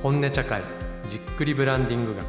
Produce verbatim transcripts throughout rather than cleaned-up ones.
本音茶会じっくりブランディング学。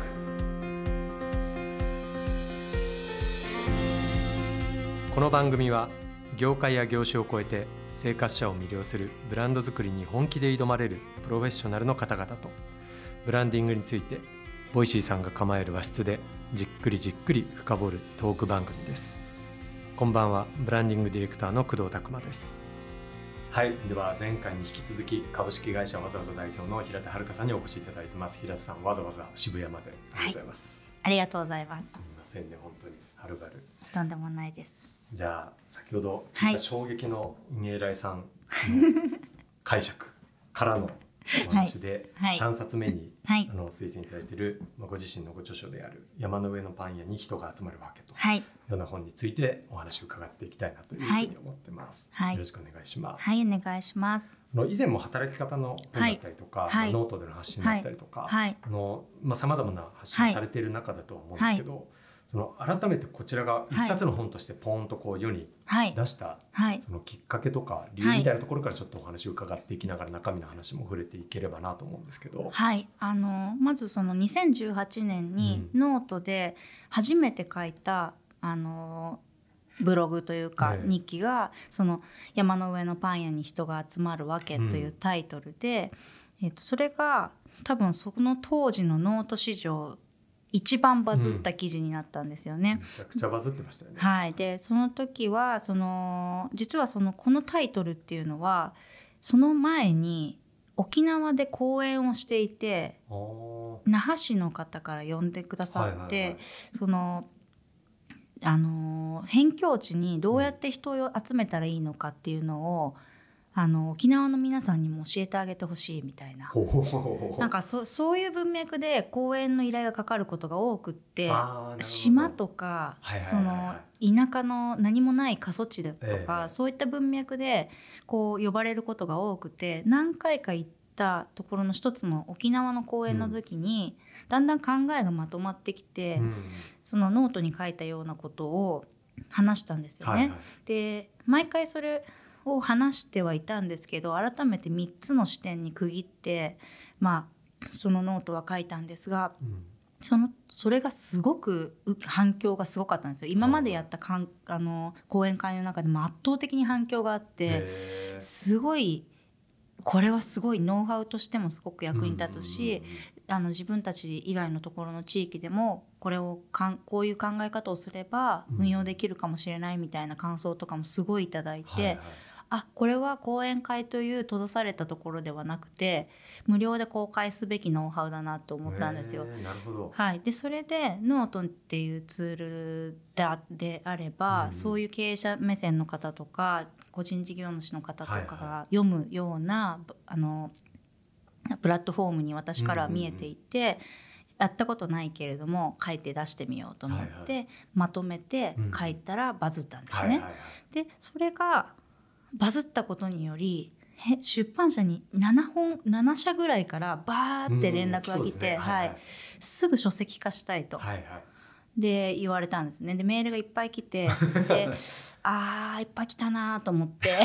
この番組は業界や業種を超えて生活者を魅了するブランド作りに本気で挑まれるプロフェッショナルの方々とブランディングについてボイシーさんが構える和室でじっくりじっくり深掘るトーク番組です。こんばんは、ブランディングディレクターの工藤拓馬です。はい、では前回に引き続き株式会社わざわざ代表の平田遥さんにお越しいただいてます。平田さん、わざわざ渋谷までありがとうございます。 はい、ありがとうございます。 すみませんね、本当にはるばる。 とんでもないです。 じゃあ先ほど言った衝撃のイエライさんの解釈からのお話で、はいはい、さんさつめに、はい、あの推薦いただいている、まあ、ご自身のご著書である山の上のパン屋に人が集まるわけと、はい、ような本についてお話を伺っていきたいなというふうに思ってます、はい、よろしくお願いします。 はい、お願いします。 あの以前も働き方の本だったりとか、はい、ノートでの発信だったりとか、はい、あのまあ、様々な発信をされている中だとは思うんですけど、はい、その改めてこちらが一冊の本としてポーンとこう世に出した、はい、そのきっかけとか理由みたいなところからちょっとお話を伺っていきながら中身の話も触れていければなと思うんですけど、 はい、あのまずそのにせんじゅうはちねんにノートで初めて書いた、うん、あのブログというか日記が、その山の上のパン屋に人が集まるわけというタイトルで、うん、えっと、それが多分その当時のノート史上一番バズった記事になったんですよね、 うん、めちゃくちゃバズってましたよね。 はい、でその時はその実はそのこのタイトルっていうのはその前に沖縄で講演をしていて、那覇市の方から呼んでくださって、はいはいはい、そのあの辺境地にどうやって人を集めたらいいのかっていうのを、あの沖縄の皆さんにも教えてあげてほしいみたいな、なんか そ, そういう文脈で講演の依頼がかかることが多くって、島とか、はいはいはいはい、その田舎の何もない過疎地だとか、えー、そういった文脈でこう呼ばれることが多くて、何回か行ったところの一つの沖縄の講演の時に、うん、だんだん考えがまとまってきて、うん、そのノートに書いたようなことを話したんですよね、はいはい、で毎回それを話してはいたんですけど、改めてみっつの視点に区切って、まあ、そのノートは書いたんですが、うん、そのそれがすごく反響がすごかったんですよ。今までやったかんあの講演会の中でも圧倒的に反響があって、すごいこれはすごいノウハウとしてもすごく役に立つし、あの自分たち以外のところの地域でもこれをかんこういう考え方をすれば運用できるかもしれないみたいな感想とかもすごいいただいて、はいはい、あ、これは講演会という閉ざされたところではなくて無料で公開すべきノウハウだなと思ったんですよ。 なるほど、 はい、でそれでノートっていうツールだであれば、うん、そういう経営者目線の方とか個人事業主の方とかが読むような、はいはい、あのプラットフォームに私からは見えていて、うんうんうん、やったことないけれども書いて出してみようと思って、はいはい、まとめて書いたらバズったんですね、うんはいはいはい、でそれがバズったことにより出版社にななほんななしゃぐらいからバーって連絡が来て、うん、はいはい、すぐ書籍化したいと、はいはい、で言われたんですね。でメールがいっぱい来て、であーいっぱい来たなと思って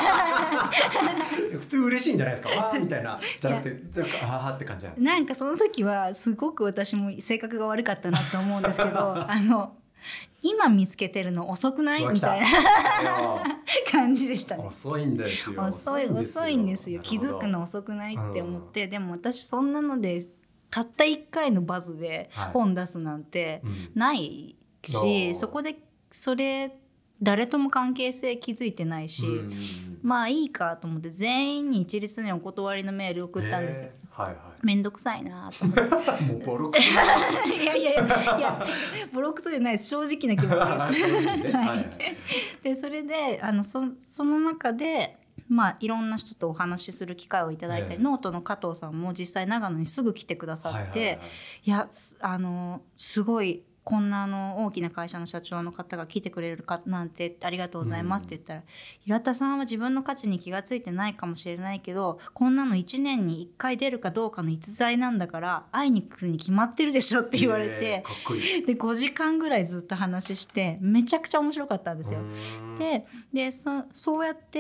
普通嬉しいんじゃないですか、わーみたいなじゃなくてなんかあーって感じなんですか。 なんかその時はすごく私も性格が悪かったなと思うんですけどあの今見つけてるの遅くないみたいな感じでしたね。 遅いんですよ。 遅い遅いんですよ。気づくの遅くないって思って、うん、でも私そんなのでたったいっかいのバズで本出すなんてないし、うん、そこでそれ誰とも関係性気づいてないし、うん、まあいいかと思って全員に一律にお断りのメール送ったんですよ。はいはい、めんどくさいなと思ってもうボロクソいやいやいやいやボロクソじゃないです、正直な気持ちです、ねはいはい、でそれであの そ, その中でまあ、いろんな人とお話しする機会をいただいたり、えー、ノートの加藤さんも実際長野にすぐ来てくださって、はいはいはい、いやあのすごいこんなあの大きな会社の社長の方が来てくれるかなんてありがとうございますって言ったら、うん、平田さんは自分の価値に気がついてないかもしれないけどこんなのいちねんにいっかい出るかどうかの逸材なんだから会いに来るに決まってるでしょって言われて、 えー、かっこいい。 でごじかんぐらいずっと話してめちゃくちゃ面白かったんですよ。で, で そ, そうやって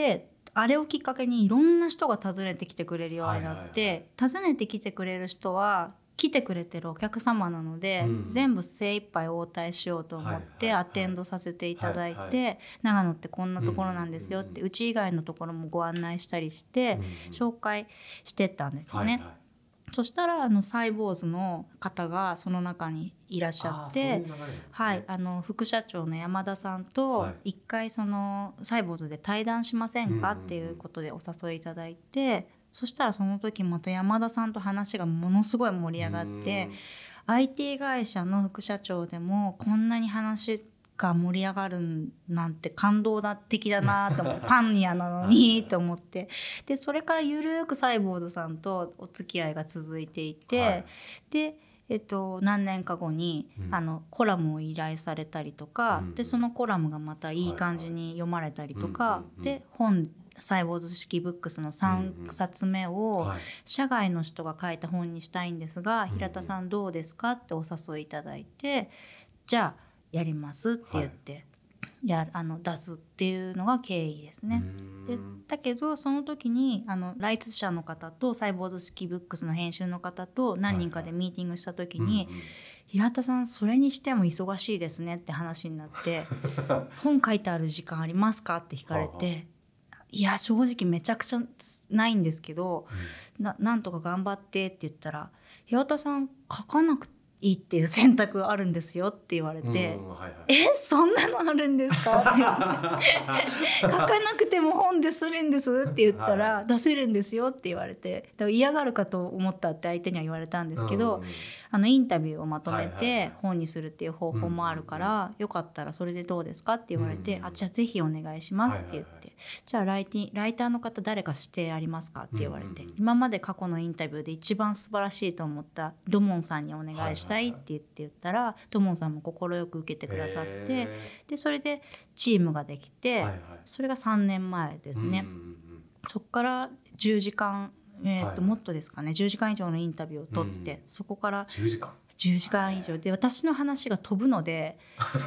あれをきっかけにいろんな人が訪ねてきてくれるようになって、はいはいはい、訪ねてきてくれる人は来てくれてるお客様なので、うん、全部精一杯応対しようと思ってアテンドさせていただいて、はいはいはい、長野ってこんなところなんですよって、うん、うち以外のところもご案内したりして、うん、紹介してったんですよね、はいはい、そしたらあのサイボーズの方がその中にいらっしゃって、はい、あの副社長の山田さんと一回そのサイボーズで対談しませんかっていうことでお誘いいただいて、そしたらその時また山田さんと話がものすごい盛り上がって、 アイティー 会社の副社長でもこんなに話が盛り上がるなんて感動的だなと思ってパン屋なのにと思って、でそれからゆるくサイボーズさんとお付き合いが続いていて、はい、でえっと、何年か後に、うん、あのコラムを依頼されたりとか、うん、でそのコラムがまたいい感じに読まれたりとか、はいはい、で本サイボーズ式ブックスのさんさつめを社外の人が書いた本にしたいんですが、平田さんどうですかってお誘いいただいて、じゃあやりますって言って、はい、やあの出すっていうのが経緯ですね。でだけどその時にあのライツ社の方とサイボーズ式ブックスの編集の方と何人かでミーティングした時に、はいはい、うんうん、平田さんそれにしても忙しいですねって話になって本書いてある時間ありますかって聞かれていや正直めちゃくちゃないんですけど、うん、な, なんとか頑張ってって言ったら、平田さん書かなくていいっていう選択あるんですよって言われて、うんはいはい、えそんなのあるんですかって書かなくても本でするんですって言ったら、はい、出せるんですよって言われて、だから嫌がるかと思ったって相手には言われたんですけど、うん、あのインタビューをまとめて本にするっていう方法もあるから、はいはいはい、よかったらそれでどうですかって言われて、うん、あじゃあぜひお願いしますって言って、はいはいはい、じゃあライティライターの方誰か指定ありますかって言われて、うん、今まで過去のインタビューで一番素晴らしいと思ったドモンさんにお願いしてしたいって言って言ったら、トモンさんも快く受けてくださって、でそれでチームができて、はいはい、それがさんねんまえですね、うんうんうん、そこからじゅうじかん、えーとはいはい、もっとですかねじゅうじかん以上のインタビューを取って、うん、そこからじゅうじかんじゅうじかん以上で私の話が飛ぶので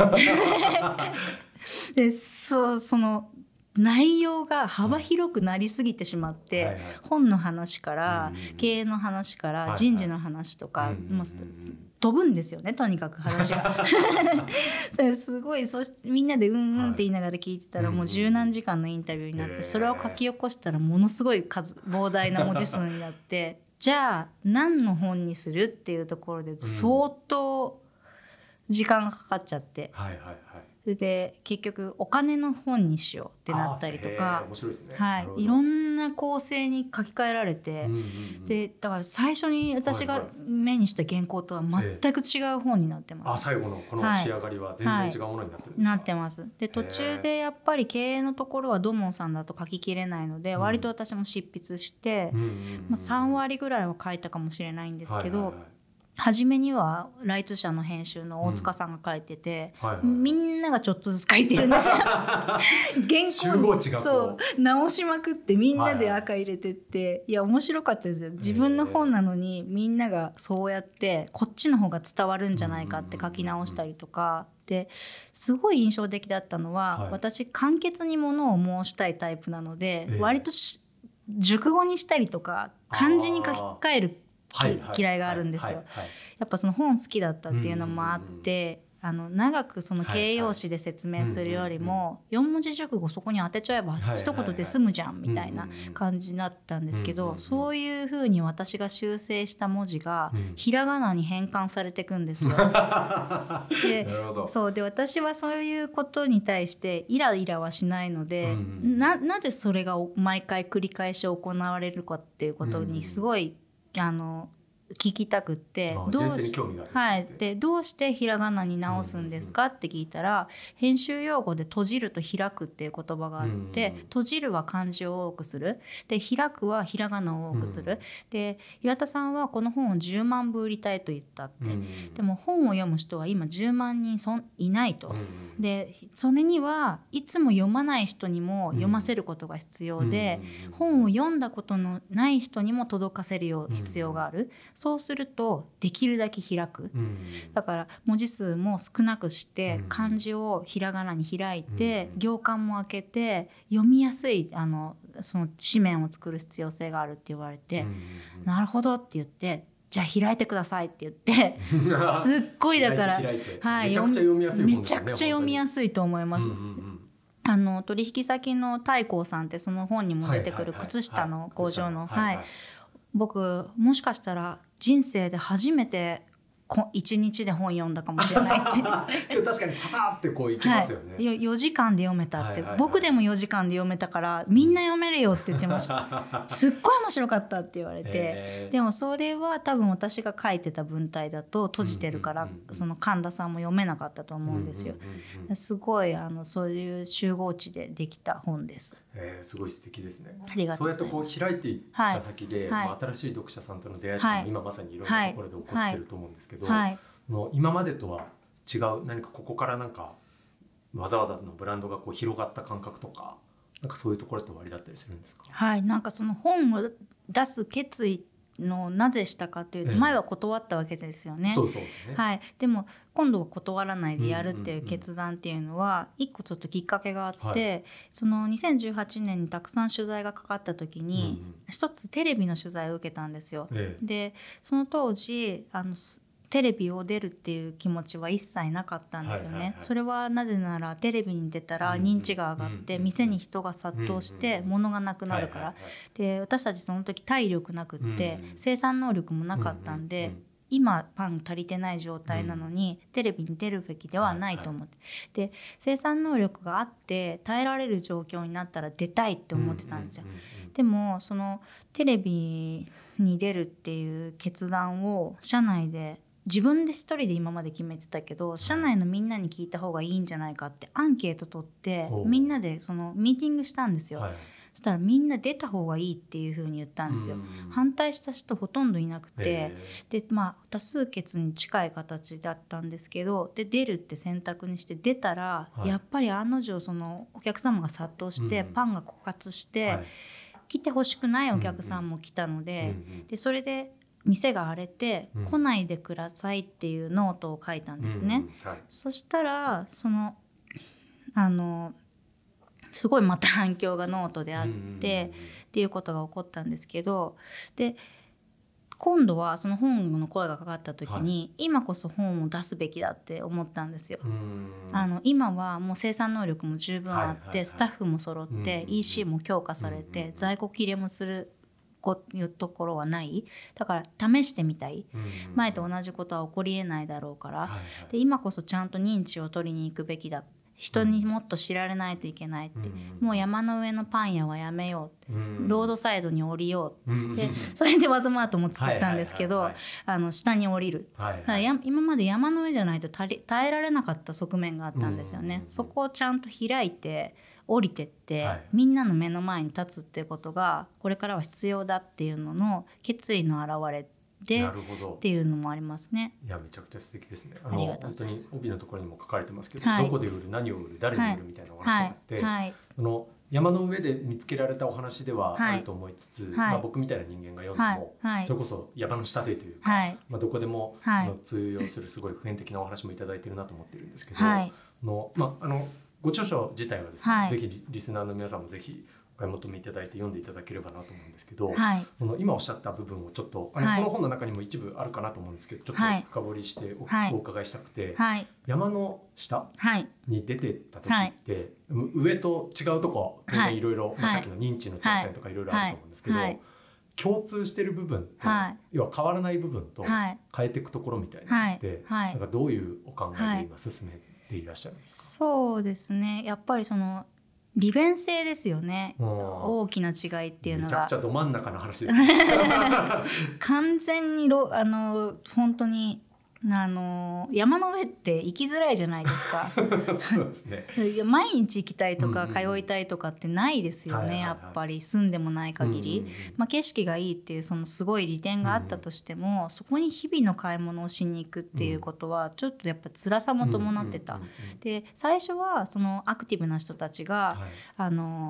でそうその内容が幅広くなりすぎてしまって、はいはいはい、本の話から、うん、経営の話から、はいはい、人事の話とか、うん、もう飛ぶんですよねとにかく話がすごいそしてみんなでうんうんって言いながら聞いてたら、はい、もう十何時間のインタビューになって、うん、それを書き起こしたらものすごい数膨大な文字数になってじゃあ何の本にするっていうところで相当時間がかかっちゃって、うんはいはいはい、で結局お金の本にしようってなったりとか、 面白いですね、 はい、いろんな構成に書き換えられて、うんうんうん、でだから最初に私が目にした原稿とは全く違う本になってます、 あ最後のこの仕上がりは全然違うものになってるんですか、はいはい、なってます。 で途中でやっぱり経営のところはドモンさんだと書ききれないので、うん、割と私も執筆して、うんうんうん、まあ、さんわりぐらいは書いたかもしれないんですけど、はいはいはい、初めにはライツ社の編集の大塚さんが書いてて、うんはいはい、みんながちょっとずつ書いてるんですよ原稿集合値がこうそう直しまくってみんなで赤入れてって、はいはい、いや面白かったですよ。自分の本なのにみんながそうやってこっちの方が伝わるんじゃないかって書き直したりとかですごい印象的だったのは、はい、私簡潔にものを申したいタイプなので、えー、割と熟語にしたりとか漢字に書き換える嫌いがあるんですよ。やっぱその本好きだったっていうのもあって、あの長くその形容詞で説明するよりもよん文字熟語そこに当てちゃえば一言で済むじゃんみたいな感じだったんですけど、そういう風に私が修正した文字がひらがなに変換されていくんですよ。で、そうで私はそういうことに対してイライラはしないので、な, なぜそれが毎回繰り返し行われるかっていうことにすごいあの聞きたくって、どうし、はい、でどうしてひらがなに直すんですかって聞いたら、編集用語で閉じると開くっていう言葉があって、閉じるは漢字を多くするで開くはひらがなを多くする、で平田さんはこの本をじゅうまんぶ売りたいと言ったって、でも本を読む人は今じゅうまんにんそんいないと、でそれにはいつも読まない人にも読ませることが必要で、本を読んだことのない人にも届かせる必要がある。 そうするとできるだけ開く、うん、だから文字数も少なくして漢字をひらがなに開いて、うん、行間も開けて読みやすいあのその紙面を作る必要性があるって言われて、うん、なるほどって言って、じゃあ開いてくださいって言ってすっごいだから、 はい、めちゃくちゃ読みやすい本だね。 めちゃくちゃ読みやすいと思います。うんうんうん、あの取引先の太閤さんってその本にも出てくる靴下の工場の、はい、僕もしかしたら人生で初めていちにちで本読んだかもしれないって確かにささってこういきますよね、 はい、よじかんで読めたって、はいはいはい、僕でもよじかんで読めたからみんな読めるよって言ってましたすっごい面白かったって言われて、でもそれは多分私が書いてた文体だと閉じてるから、うんうんうんうん、その神田さんも読めなかったと思うんですよ、うんうんうん、すごいあのそういう集合地でできた本です。 えー、すごい素敵ですね。 ありがとうございます。 そうやってこう開いていった先で、はいまあ、新しい読者さんとの出会いとかも今まさにいろんなところで起こってると思うんですけど、はいはいはいの今までとは違う何かここからなんかわざわざのブランドがこう広がった感覚とか、なんかそういうところって終わりだったりするんですか？ はい、なんかその本を出す決意のなぜしたかというと、前は断ったわけですよね。 そうそうですね。 はい、でも今度は断らないでやるっていう決断っていうのは一個ちょっときっかけがあって、はい、そのにせんじゅうはちねんにたくさん取材がかかった時に、うんうん、一つテレビの取材を受けたんですよ。ええ、でその当時あのテレビを出るっていう気持ちは一切なかったんですよね、はいはいはい、それはなぜならテレビに出たら認知が上がって店に人が殺到して物がなくなるから、で私たちその時体力なくって生産能力もなかったんで、今パン足りてない状態なのにテレビに出るべきではないと思って、で生産能力があって耐えられる状況になったら出たいって思ってたんですよ。でもそのテレビに出るっていう決断を社内で自分で一人で今まで決めてたけど、社内のみんなに聞いた方がいいんじゃないかってアンケート取ってみんなでそのミーティングしたんですよ、はい、そしたらみんな出た方がいいっていう風に言ったんですよ。反対した人ほとんどいなくて、で、まあ、多数決に近い形だったんですけど、で出るって選択にして出たら、はい、やっぱり案の定そのお客様が殺到して、うん、パンが枯渇して、はい、来てほしくないお客さんも来たので、うんうん、でそれで店が荒れて、うん、来ないでくださいっていうノートを書いたんですね、うんはい、そしたらそのあのすごいまた反響がノートであって、うん、っていうことが起こったんですけど、で今度はその本の声がかかった時に、はい、今こそ本を出すべきだって思ったんですよ。あの今はもう生産能力も十分あって、はいはいはい、スタッフも揃って、イーシー も強化されて、在庫切れもするこいうところはない。だから試してみたい、前と同じことは起こりえないだろうから、はいはい、で今こそちゃんと認知を取りに行くべきだ、人にもっと知られないといけないって、うん、もう山の上のパン屋はやめよう、うん、ロードサイドに降りよう、うん、でそれでワズマートも作ったんですけど、あの下に降りる、はいはい、だからや今まで山の上じゃないと耐えられなかった側面があったんですよね、うん、そこをちゃんと開いて降りてって、はい、みんなの目の前に立つっていうことがこれからは必要だっていうのの決意の表れでっていうのもありますね。 いやめちゃくちゃ素敵ですね。あの本当に帯のところにも書かれてますけど、はい、どこで売る何を売る誰に売るみたいなお話があって、はいはい、あの山の上で見つけられたお話ではあると思いつつ、はいまあ、僕みたいな人間が読んでも、はい、それこそ山の下でというか、はいまあ、どこでも、はい、の通用するすごい普遍的なお話もいただいてるなと思ってるんですけど、はいのまあ、あのご著書自体はですね、はい、ぜひリスナーの皆さんもぜひお買い求めいただいて読んでいただければなと思うんですけど、はい、この今おっしゃった部分をちょっとあの、はい、この本の中にも一部あるかなと思うんですけど、ちょっと深掘りしてお,、はい、お伺いしたくて、はい、山の下に出てた時って、はい、上と違うとこ当然いろいろさっきの認知の挑戦とかいろいろあると思うんですけど、はいはいはい、共通してる部分と、はい、要は変わらない部分と変えていくところみたいなのって、はいはい、なんかどういうお考えで今進めていらっしゃるんですか？ そうですね、やっぱりその利便性ですよね、大きな違いっていうのが。めちゃくちゃど真ん中の話ですね完全にろあの本当にあの山の上って行きづらいじゃないですかそうですね、 毎日行きたいとか通いたいとかってないですよね、うんうんうん、やっぱり住んでもない限り、うんうんうんまあ、景色がいいっていうそのすごい利点があったとしても、うんうん、そこに日々の買い物をしに行くっていうことはちょっとやっぱ辛さも伴ってた、うんうんうんうん、で最初はそのアクティブな人たちが、はい、あの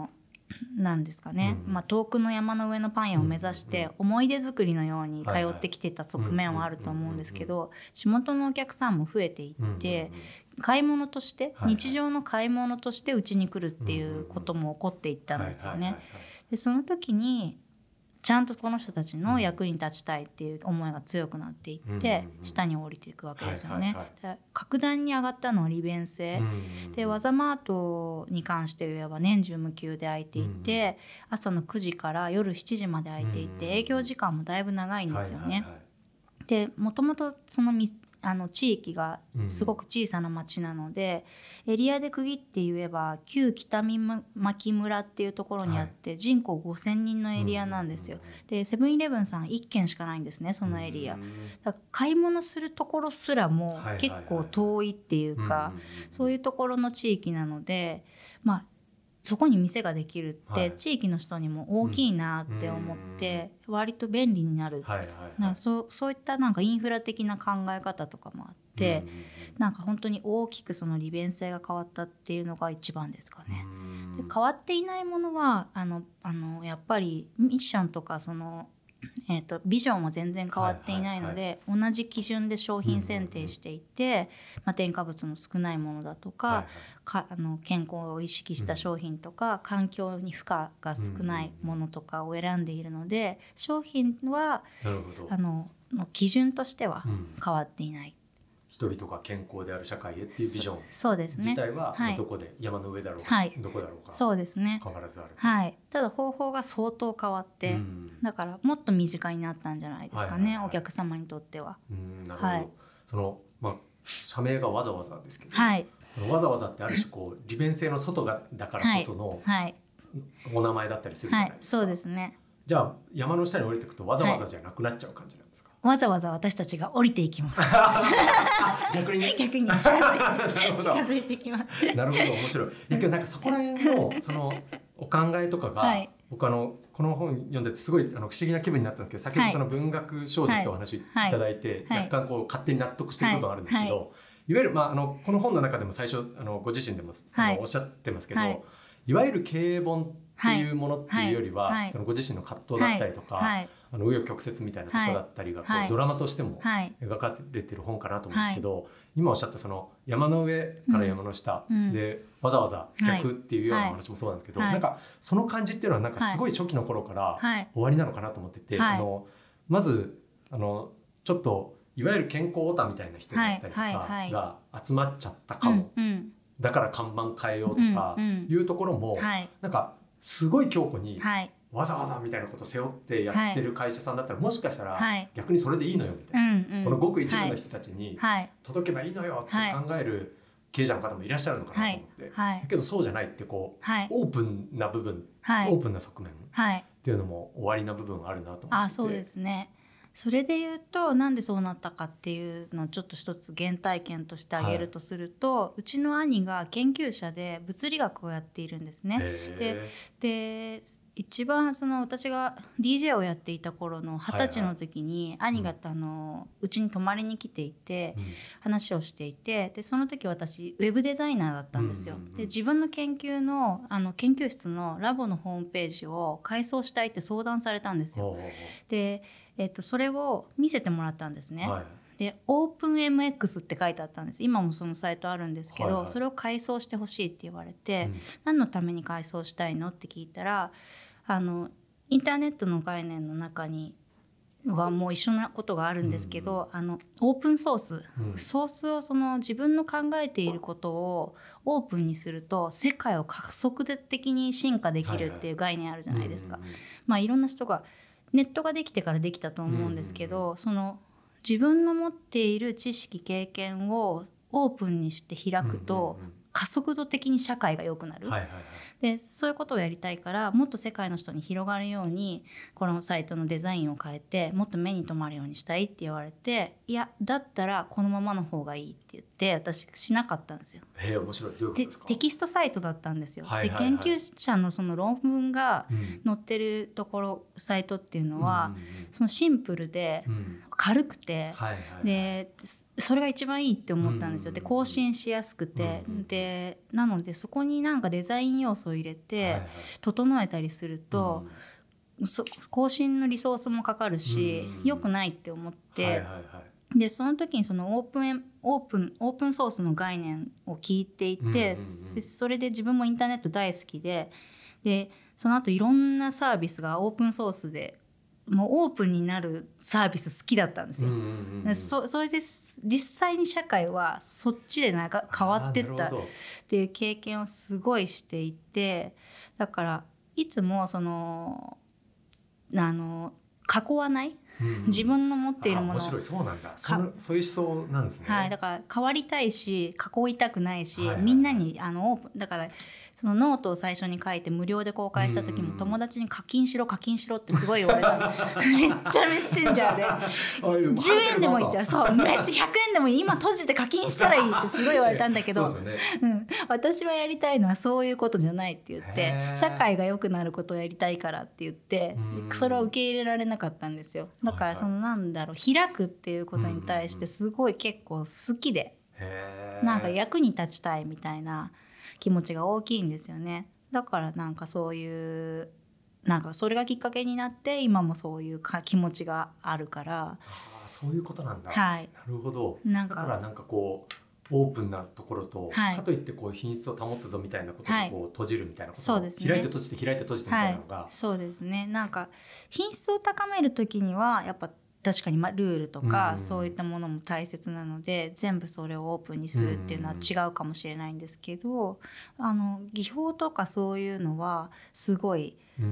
なんですかね、 うんまあ、遠くの山の上のパン屋を目指して思い出作りのように通ってきてた側面はあると思うんですけど、地元のお客さんも増えていって買い物として日常の買い物としてうちに来るっていうことも起こっていったんですよね。でその時にちゃんとこの人たちの役に立ちたいっていう思いが強くなっていって下に降りていくわけですよね。格段に上がったのは利便性で、ワザマートに関して言えば年中無休で開いていて、朝のくじから夜しちじまで開いていて営業時間もだいぶ長いんですよね。でもともとそのあの地域がすごく小さな町なので、うん、エリアで区切って言えば旧北見牧村っていうところにあって、はい、人口ごせんにんのエリアなんですよ。でセブンイレブンさんいっけんしかないんですね、そのエリア。だから買い物するところすらも結構遠いっていうか、そういうところの地域なので、まあそこに店ができるって地域の人にも大きいなって思って割と便利になる、なんかそう、そういったなんかインフラ的な考え方とかもあって、なんか本当に大きくその利便性が変わったっていうのが一番ですかね。で変わっていないものはあのあのやっぱりミッションとかそのえー、とビジョンは全然変わっていないので、はいはいはい、同じ基準で商品選定していて、うんうんうんまあ、添加物の少ないものだとか、はいはい、かあの健康を意識した商品とか、うん、環境に負荷が少ないものとかを選んでいるので、商品はあのの基準としては変わっていない、うん人々が健康である社会へっていうビジョン自体はどこで山の上だろうか、はい、どこだろうかそうですね変わらずある、 はい、ただ方法が相当変わって、うん、だからもっと身近になったんじゃないですかね、はいはいはい、お客様にとっては。 うんなるほど、はい、そのまあ社名がわざわざですけど、はい、わざわざってある種こう利便性の外がだからこそのお名前だったりするじゃないですか、 はいはい、そうですね。 じゃあ山の下に降りていくとわざわざじゃなくなっちゃう感じなんですか？ わざわざ私たちが降りていきます逆にね逆に近づいて近づいてきますなるほど面白い。だけどなんかそこら辺のそのお考えとかが、はい、僕あのこの本読んでてすごいあの不思議な気分になったんですけど、先ほどその文学少女ってお話いただいて、はいはい、若干こう勝手に納得してることがあるんですけど、はいはい、いわゆる、まあ、あのこの本の中でも最初あのご自身でも、はい、あのおっしゃってますけど、はい、いわゆる経営本っていうものっていうよりは、はい、そのご自身の葛藤だったりとか、はいはいあの紆余曲折みたいなところだったりがこう、はい、ドラマとしても描かれてる本かなと思うんですけど、はい、今おっしゃったその山の上から山の下、うん、でわざわざ逆っていうような話もそうなんですけど、はい、なんかその感じっていうのはなんかすごい初期の頃から終わりなのかなと思ってて、はい、あのまずあのちょっといわゆる健康オタみたいな人だったりとかが集まっちゃったかも、はいはいはい、だから看板変えようとかいうところも、うんうん、なんかすごい強固に、はいわざわざみたいなことを背負ってやってる会社さんだったら、はい、もしかしたら逆にそれでいいのよみたいな、はい、このごく一部の人たちに届けばいいのよって考える経営者の方もいらっしゃるのかなと思って、はい、だけどそうじゃないってこう、はい、オープンな部分、はい、オープンな側面っていうのも終わりな部分あるなと思ってて、 あそうですね。それで言うとなんでそうなったかっていうのをちょっと一つ原体験として挙げるとすると、はい、うちの兄が研究者で物理学をやっているんですね。でで一番その私が ディージェー をやっていた頃の二十歳の時に兄があのうちに泊まりに来ていて話をしていて、でその時私ウェブデザイナーだったんですよ。で自分の研究のあの研究室のラボのホームページを改装したいって相談されたんですよ。で、えっと、それを見せてもらったんですね。はいで オープンエムエックス って書いてあったんです。今もそのサイトあるんですけど、はいはい、それを改装してほしいって言われて、うん、何のために改装したいのって聞いたら、あのインターネットの概念の中にはもう一緒なことがあるんですけど、うん、あのオープンソース、うん、ソースをその自分の考えていることをオープンにすると世界を加速的に進化できるっていう概念あるじゃないですか。はいはい、まあいろんな人がネットができてからできたと思うんですけど、うん、その自分の持っている知識経験をオープンにして開くと加速度的に社会が良くなる、はいはいはい、でそういうことをやりたいからもっと世界の人に広がるようにこのサイトのデザインを変えてもっと目に留まるようにしたいって言われて、いやだったらこのままの方がいいって言って私しなかったんですよ。 へえ面白い。どういうことですか？ でテキストサイトだったんですよ。はいはいはい、で研究者のその論文が載ってるところ、うん、サイトっていうのは、うん、そのシンプルで軽くて、うんはいはいはい、でそれが一番いいって思ったんですよ。で更新しやすくて、うん、ででなのでそこになんかデザイン要素を入れて整えたりすると、うん、そ更新のリソースもかかるし、うん、良くないって思って、はいはいはい、でその時にそのオープンオープンオープンソースの概念を聞いていて、うんうんうん、それで自分もインターネット大好きで、でその後いろんなサービスがオープンソースでもうオープンになるサービス好きだったんですよ、うんうんうん、そ, それで実際に社会はそっちでなんか変わってったっていう経験をすごいしていて、だからいつもそのあの囲わない、うんうん、自分の持っているものを、面白い、そうなんだ、そのそういう思想なんですね、はい、だから変わりたいし囲いたくないし、はいはいはい、みんなにあのオープンだからそのノートを最初に書いて無料で公開した時も友達に課金しろ課金しろってすごい言われためっちゃメッセンジャーでじゅうえんでもいいってそうめっちゃひゃくえんでもいい今閉じて課金したらいいってすごい言われたんだけど、そうですよね、うん、私はやりたいのはそういうことじゃないって言って社会が良くなることをやりたいからって言ってそれを受け入れられなかったんですよ。だからそのなんだろう開くっていうことに対してすごい結構好きで、なんか役に立ちたいみたいな気持ちが大きいんですよね。だからなんかそういうなんかそれがきっかけになって今もそういうか気持ちがあるから。あ、そういうことなんだ、はい、なるほど。なんかだからなんかこうオープンなところと、はい、かといってこう品質を保つぞみたいなことでこう閉じるみたいなこと、はい、そうですね、開いて閉じて開いて閉じてみたいなのが、はい、そうですね。なんか品質を高めるときにはやっぱ確かにルールとかそういったものも大切なので、うん、全部それをオープンにするっていうのは違うかもしれないんですけど、あの技法とかそういうのはすごい、うん、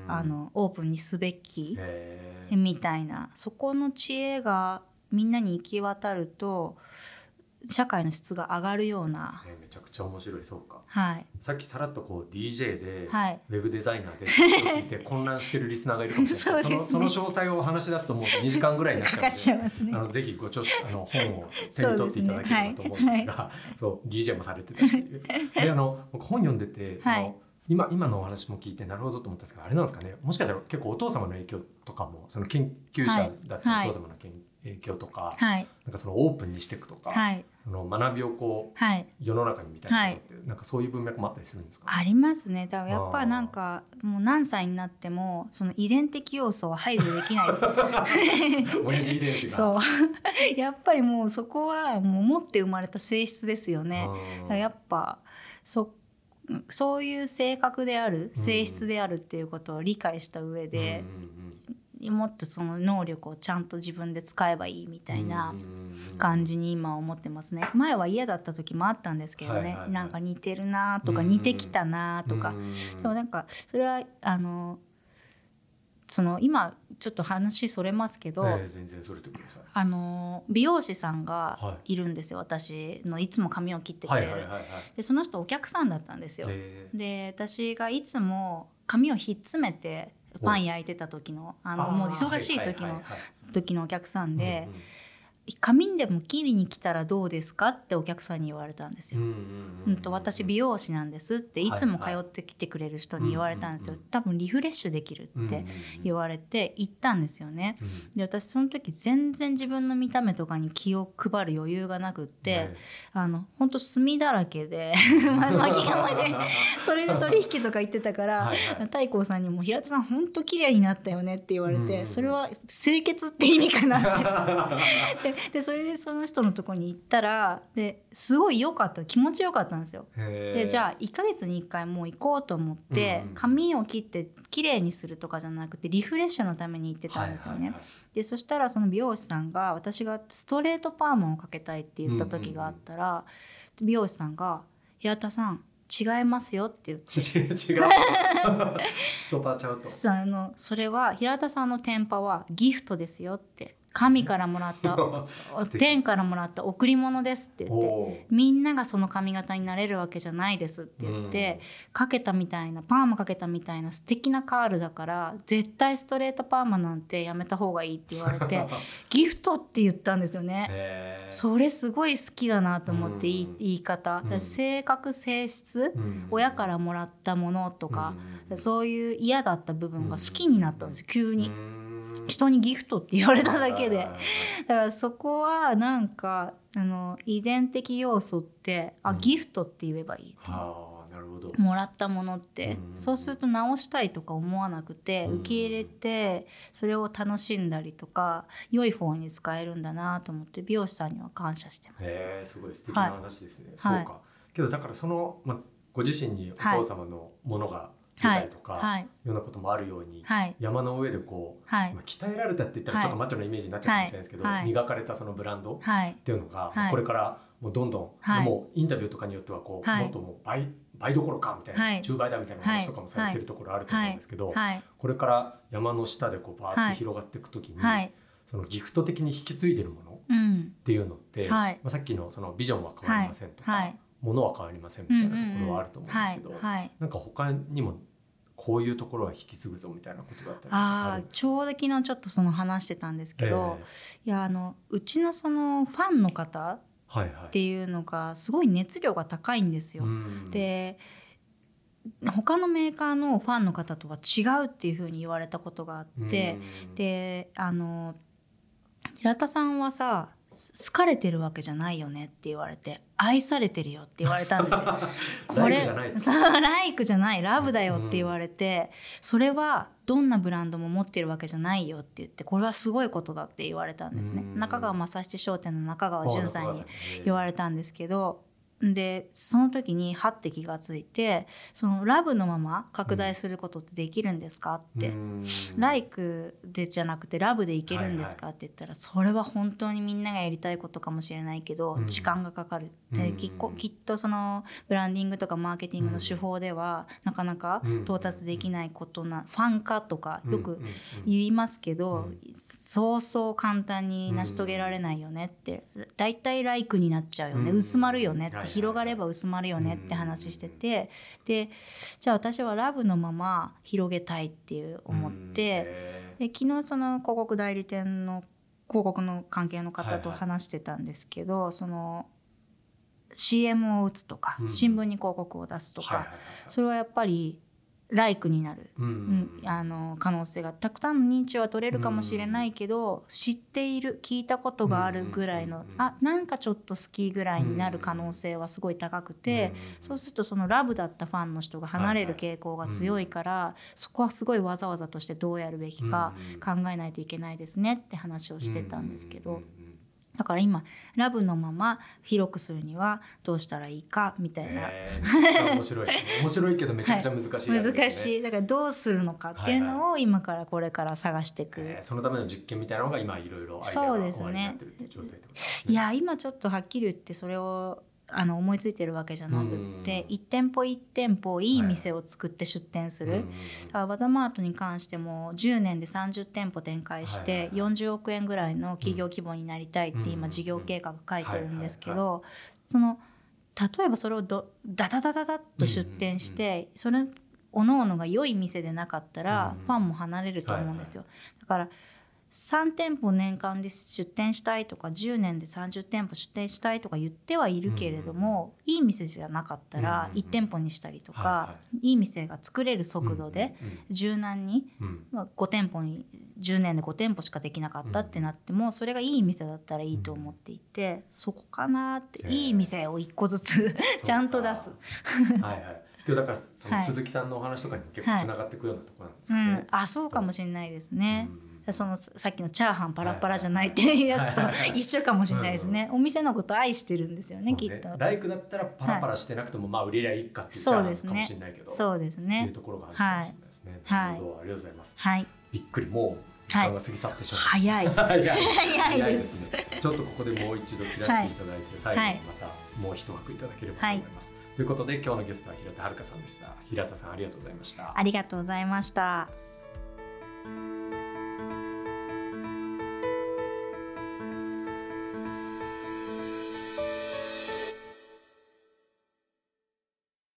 あのオープンにすべきみたいな、そこの知恵がみんなに行き渡ると社会の質が上がるような、ね、めちゃくちゃ面白い。そうか、はい、さっきさらっとこう ディージェー で、はい、ウェブデザイナーで聞いて混乱してるリスナーがいるかもしれないそ, ね、そ, のその詳細を話し出すともうにじかんぐらいになっちゃうのでかかっちゃいますね。あのぜひご著書あの本を手に取っていただければと思うんですが、そう、 ディージェー もされてたしであの僕本読んでてその、はい、今, 今のお話も聞いてなるほどと思ったんですけど、あれなんですかね、もしかしたら結構お父様の影響とかもその研究者だったお父様の研究、はい、影響とか、はい、なんかそのオープンにしていくとか、はい、その学びをこう、はい、世の中にみたいなことって、はい、なんかそういう文脈もあったりするんですか？ありますね。だからやっぱなんかもう何歳になってもその遺伝的要素は排除できない親父遺伝子がそうやっぱりもうそこはもう持って生まれた性質ですよね。やっぱそそういう性格である性質であるっていうことを理解した上で、うん、もっとその能力をちゃんと自分で使えばいいみたいな感じに今思ってますね。前は嫌だった時もあったんですけどね、はいはいはい、なんか似てるなとか似てきたなとか、でもなんかそれはあのその今ちょっと話それますけど、えー、全然それてください。あの美容師さんがいるんですよ、はい、私のいつも髪を切ってくれる、はいはいはいはい、でその人お客さんだったんですよ、えー、で私がいつも髪をひっつめてパン焼いてた時のあのもう忙しい時の時のお客さんで、うんうん、髪でも切りに来たらどうですかってお客さんに言われたんですよ、うんうんうんうん、と私美容師なんですっていつも通ってきてくれる人に言われたんですよ、はいはい、多分リフレッシュできるって言われて行ったんですよね、うんうん、で私その時全然自分の見た目とかに気を配る余裕がなくって、ね、あの本当墨だらけで巻き釜でそれで取引とか言ってたからはい、はい、太閤さんにも平田さん本当綺麗になったよねって言われて、うんうん、それは清潔って意味かなってで, でそれでその人のとこに行ったらですごい良かった、気持ちよかったんですよ。でじゃあいっかげつにいっかいもう行こうと思って、うん、髪を切って綺麗にするとかじゃなくてリフレッシュのために行ってたんですよね、はいはいはい、でそしたらその美容師さんが私がストレートパーマをかけたいって言った時があったら、うんうんうん、美容師さんが平田さん違いますよって言って違うストパーちゃうとあのそれは平田さんのテンパはギフトですよって、神からもらった天からもらった贈り物ですって言って、みんながその髪型になれるわけじゃないですって言って、うん、かけたみたいなパーマかけたみたいな素敵なカールだから絶対ストレートパーマなんてやめた方がいいって言われてギフトって言ったんですよね。それすごい好きだなと思って、うん、いい言い方、うん、性格性質、うん、親からもらったものとか、うん、そういう嫌だった部分が好きになったんですよ、急に。 人にギフトって言われただけで、だからそこはなんかあの遺伝的要素ってあ、うん、ギフトって言えばいいと、はあ、なるほど。もらったものって、うん、そうすると直したいとか思わなくて、うん、受け入れてそれを楽しんだりとか良い方に使えるんだなと思って美容師さんには感謝してます。 へー、すごい素敵な話ですね、はい、そうか、はい、けどだからその、ま、ご自身にお父様のものが出たりとか、はいはい、ようなこともあるように、はい、山の上でこう、はい、鍛えられたって言ったらちょっとマッチョなイメージになっちゃうかもしれないですけど、はい、磨かれたそのブランドっていうのが、はい、これからもうどんどん、はい、もうインタビューとかによってはこう、はい、もっともう倍倍どころかみたいな、はい、じゅうばいだみたいな話とかもされてるところあると思うんですけど、はいはい、これから山の下でこうバーって広がっていくときに、はい、そのギフト的に引き継いでるものっていうのって、うん、はい、まあ、さっきのそのビジョンは変わりませんとか、はい、ものは変わりませんみたいなところはあると思うんですけど、うんうんうん、はい、なんか他にもこういうところは引き継ぐぞみたいなことだったりとかあるんですか？あ、 ちょうど昨日ちょっとその話してたんですけど、えー、いやあのうちのそのファンの方っていうのがすごい熱量が高いんですよ、はいはい、で他のメーカーのファンの方とは違うっていうふうに言われたことがあって、であの平田さんはさ好かれてるわけじゃないよねって言われて、愛されてるよって言われたんですよこれライクじゃないそうライクじゃないラブだよって言われて、うん、それはどんなブランドも持ってるわけじゃないよって言って、これはすごいことだって言われたんですね。中川正七商店の中川淳さんに言われたんですけど、でその時にはって気がついて、そのラブのまま拡大することってできるんですかって、うん、ライクでじゃなくてラブでいけるんですかって言ったら、はいはい、それは本当にみんながやりたいことかもしれないけど、うん、時間がかかる、うん、できっこきっとそのブランディングとかマーケティングの手法では、うん、なかなか到達できないことな、うん、ファン化とかよく言いますけど、うん、そうそう簡単に成し遂げられないよねって、だいたいライクになっちゃうよね、うん、薄まるよねって、はい、広がれば薄まるよねって話してて、でじゃあ私はラブのまま広げたいっていう思って、で昨日その広告代理店の広告の関係の方と話してたんですけど、はいはい、その シーエム を打つとか、うん、新聞に広告を出すとか、はいはいはい、それはやっぱりライクになる、うんうん、あの可能性がたくさんの認知は取れるかもしれないけど、うん、知っている聞いたことがあるぐらいの、うん、あなんかちょっと好きぐらいになる可能性はすごい高くて、うん、そうするとそのラブだったファンの人が離れる傾向が強いから、はいはい、そこはすごいわざわざとしてどうやるべきか考えないといけないですねって話をしてたんですけど、だから今ラブのまま広くするにはどうしたらいいかみたいな、 えー、面白い面白いけどめちゃくちゃ難しい、ね、 はい、難しい。だからどうするのかっていうのを今からこれから探していく、はいはい、 えー、そのための実験みたいなのが今いろいろアイデアが終わりになってるっていう状態ってことですね。 いや今ちょっとはっきり言ってそれをあの思いついてるわけじゃなくっていち店舗いち店舗いい店を作って出店する、はい、ワザマートに関してもじゅうねんでさんじゅう店舗展開してよんじゅうおくえんぐらいの企業規模になりたいって今事業計画書いてるんですけど、その例えばそれをどダダダダダッと出店してそれおのおのが良い店でなかったらファンも離れると思うんですよ。だからさん店舗年間で出店したいとかじゅうねんでさんじゅう店舗出店したいとか言ってはいるけれども、うん、いい店じゃなかったらいち店舗にしたりとか、はいはい、いい店が作れる速度で柔軟に、うんまあ、ご店舗にじゅうねんでご店舗しかできなかったってなってもそれがいい店だったらいいと思っていて、そこかなって、いい店をいっこずつちゃんと出すはい、はい、だからその鈴木さんのお話とかにも結構つながっていくようなところなんですかね、はいうん、 あそうかもしれないですね、うんそのさっきのチャーハンパラパラじゃないっていうやつと一緒かもしれないですね。お店のこと愛してるんですよね、きっと。 ライクだったらパラパラしてなくても、はい、まあ売れりゃいいかっていうチャーハンかもしれないけど、 そうですね。 いうところがあるかもしれないですね。 はい、 なるほど、ありがとうございます。 はい、 びっくりもう時間が過ぎ去ってしまいました。 早い早い早いですね。ちょっとここでもう一度切らせていただいて、最後にまたもう一枠いただければと思います。はい、ということで今日のゲストは平田遥さんでした。平田さんありがとうございました。 ありがとうございました。